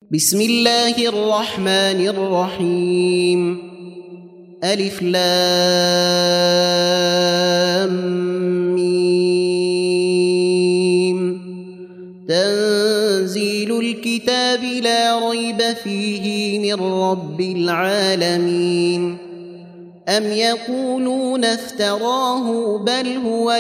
بسم الله الرحمن الرحيم ألف لام ميم تنزيل الكتاب لا ريب فيه من رب العالمين أم يقولون افتراه بل هو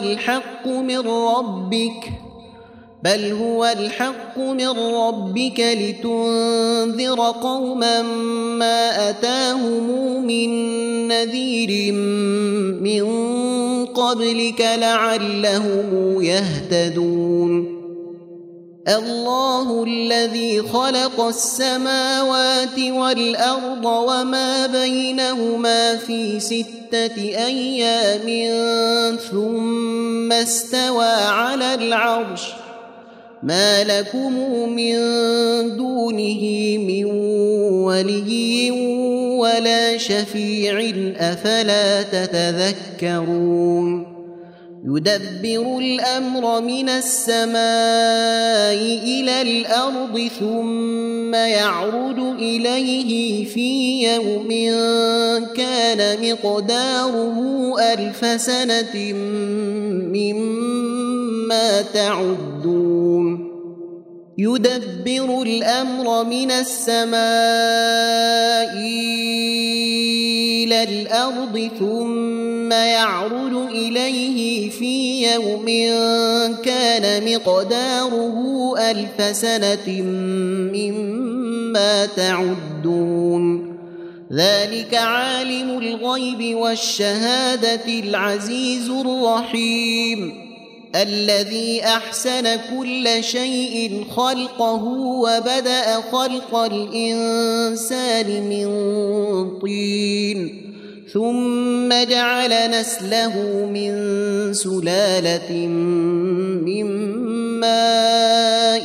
الحق من ربك لتنذر قوما ما أتاهم من نذير من قبلك لعلهم يهتدون الله الذي خلق السماوات والأرض وما بينهما في 6 أيام ثم استوى على العرش ما لكم من دونه من ولي ولا شفيع أفلا تتذكرون يدبر الأمر من السماء إلى الأرض ثم يعرج إليه في يوم كان مقداره 1000 سنة مما تعدون يدبر الأمر من السماء إلى الأرض ثم يعرج إليه في يوم كان مقداره 1000 سنة مما تعدون ذلك عالم الغيب والشهادة العزيز الرحيم الذي أحسن كل شيء خلقه وبدأ خلق الإنسان من طين ثم جعل نسله من سلالة من ماء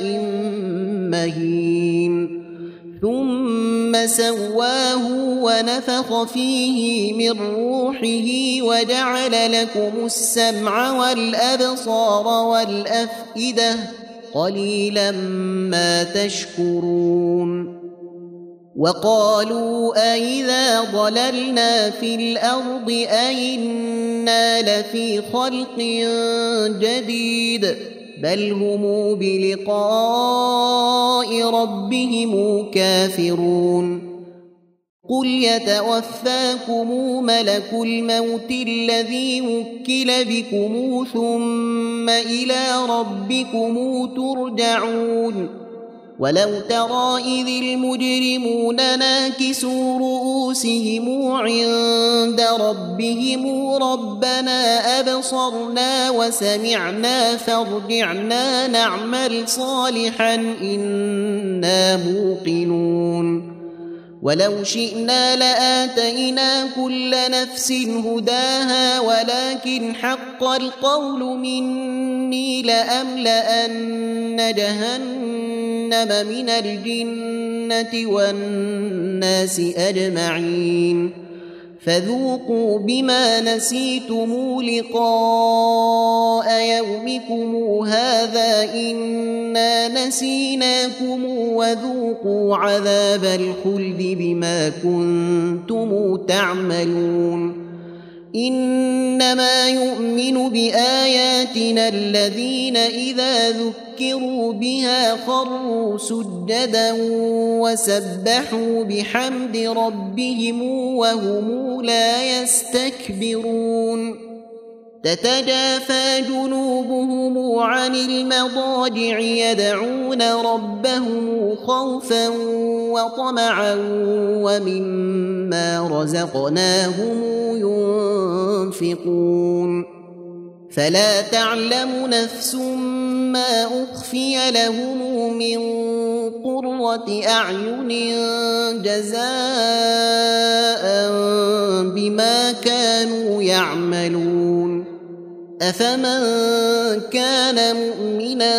مهين ثم سواه ونفخ فيه من روحه وجعل لكم السمع والأبصار والأفئدة قليلا ما تشكرون وقالوا أئذا ضللنا في الأرض أئنا لفي خلق جديد بل هم بلقاء ربهم كافرون قل يتوفاكم ملك الموت الذي وكل بكم ثم إلى ربكم ترجعون ولو ترى إذ المجرمون ناكسوا رؤوسهم عند ربهم ربنا أبصرنا وسمعنا فارجعنا نعمل صالحا إنا موقنون ولو شئنا لآتينا كل نفس هداها ولكن حق القول مني لأملأن جهنم من الجنة والناس أجمعين فذوقوا بما نسيتم لقاء يومكم هذا إنا نسيناكم وذوقوا عذاب الخلد بما كنتم تعملون إنما يؤمن بآياتنا الذين إذا ذكروا بها خروا سجدا وسبحوا بحمد ربهم وهم لا يستكبرون تتجافى جنوبهم عن المضاجع يدعون ربهم خوفا وطمعا ومما رزقناهم ينفقون فلا تعلم نفس ما أخفي لهم من قرة أعين جزاء بما كانوا يعملون أفمن كان مؤمنا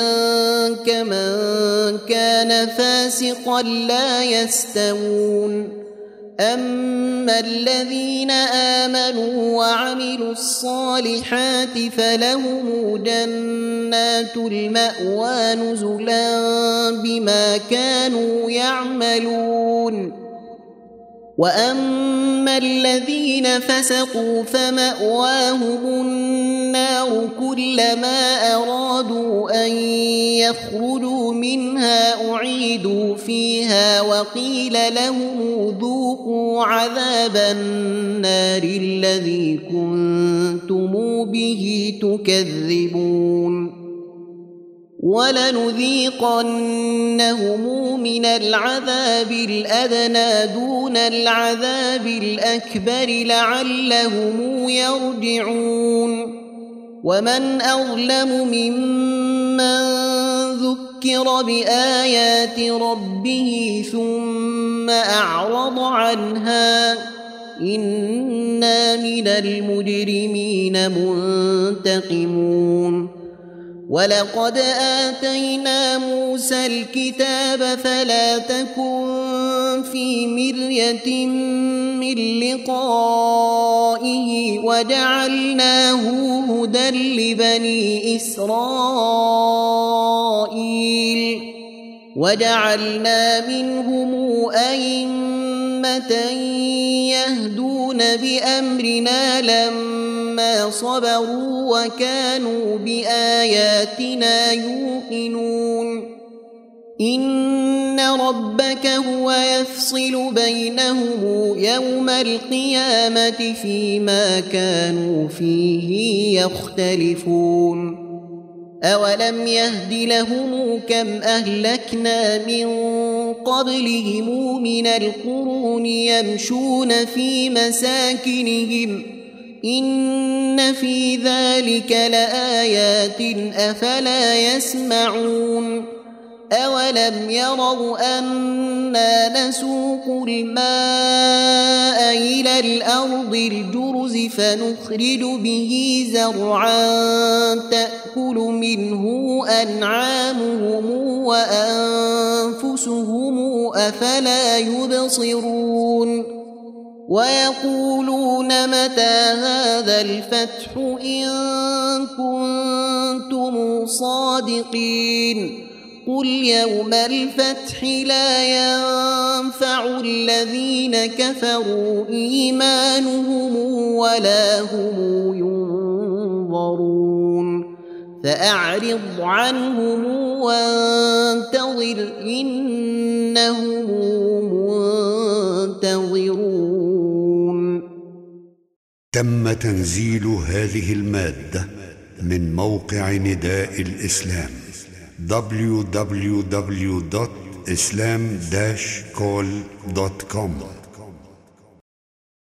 كمن كان فاسقا لا يستوون أما الذين آمنوا وعملوا الصالحات فلهم جنات المأوى نزلا بما كانوا يعملون وأما الذين فسقوا فمأواهم النار كلما أرادوا أن يخرجوا منها أعيدوا فيها وقيل لهم ذوقوا عذاب النار الذي كنتم به تكذبون ولنذيقنهم من العذاب الأدنى دون العذاب الأكبر لعلهم يرجعون ومن أظلم ممن ذكر بآيات ربه ثم أعرض عنها إنا من المجرمين منتقمون ولقد آتينا موسى الكتاب فلا تكن في مرية من لقائه وجعلناه هدى لبني إسرائيل وجعلنا منهم أئمة يهدون بأمرنا لما صبروا وكانوا بآياتنا يوقنون إن ربك هو يفصل بينهم يوم القيامة فيما كانوا فيه يختلفون أولم يهد لهم كم أهلكنا من قبلهم من القرون يمشون في مساكنهم إن في ذلك لآيات أفلا يسمعون أولم يروا أنا نسوق الماء إلى الأرض الجرز فنخرج به زرعا تأكل منه أنعامهم وأنفسهم أفلا يبصرون ويقولون متى هذا الفتح إن كنتم صادقين قل يوم الفتح لا ينفع الذين كفروا إيمانهم ولا هم ينظرون فأعرض عنهم وانتظر إنهم منتظرون. تم تنزيل هذه المادة من موقع نداء الإسلام www.islam-call.com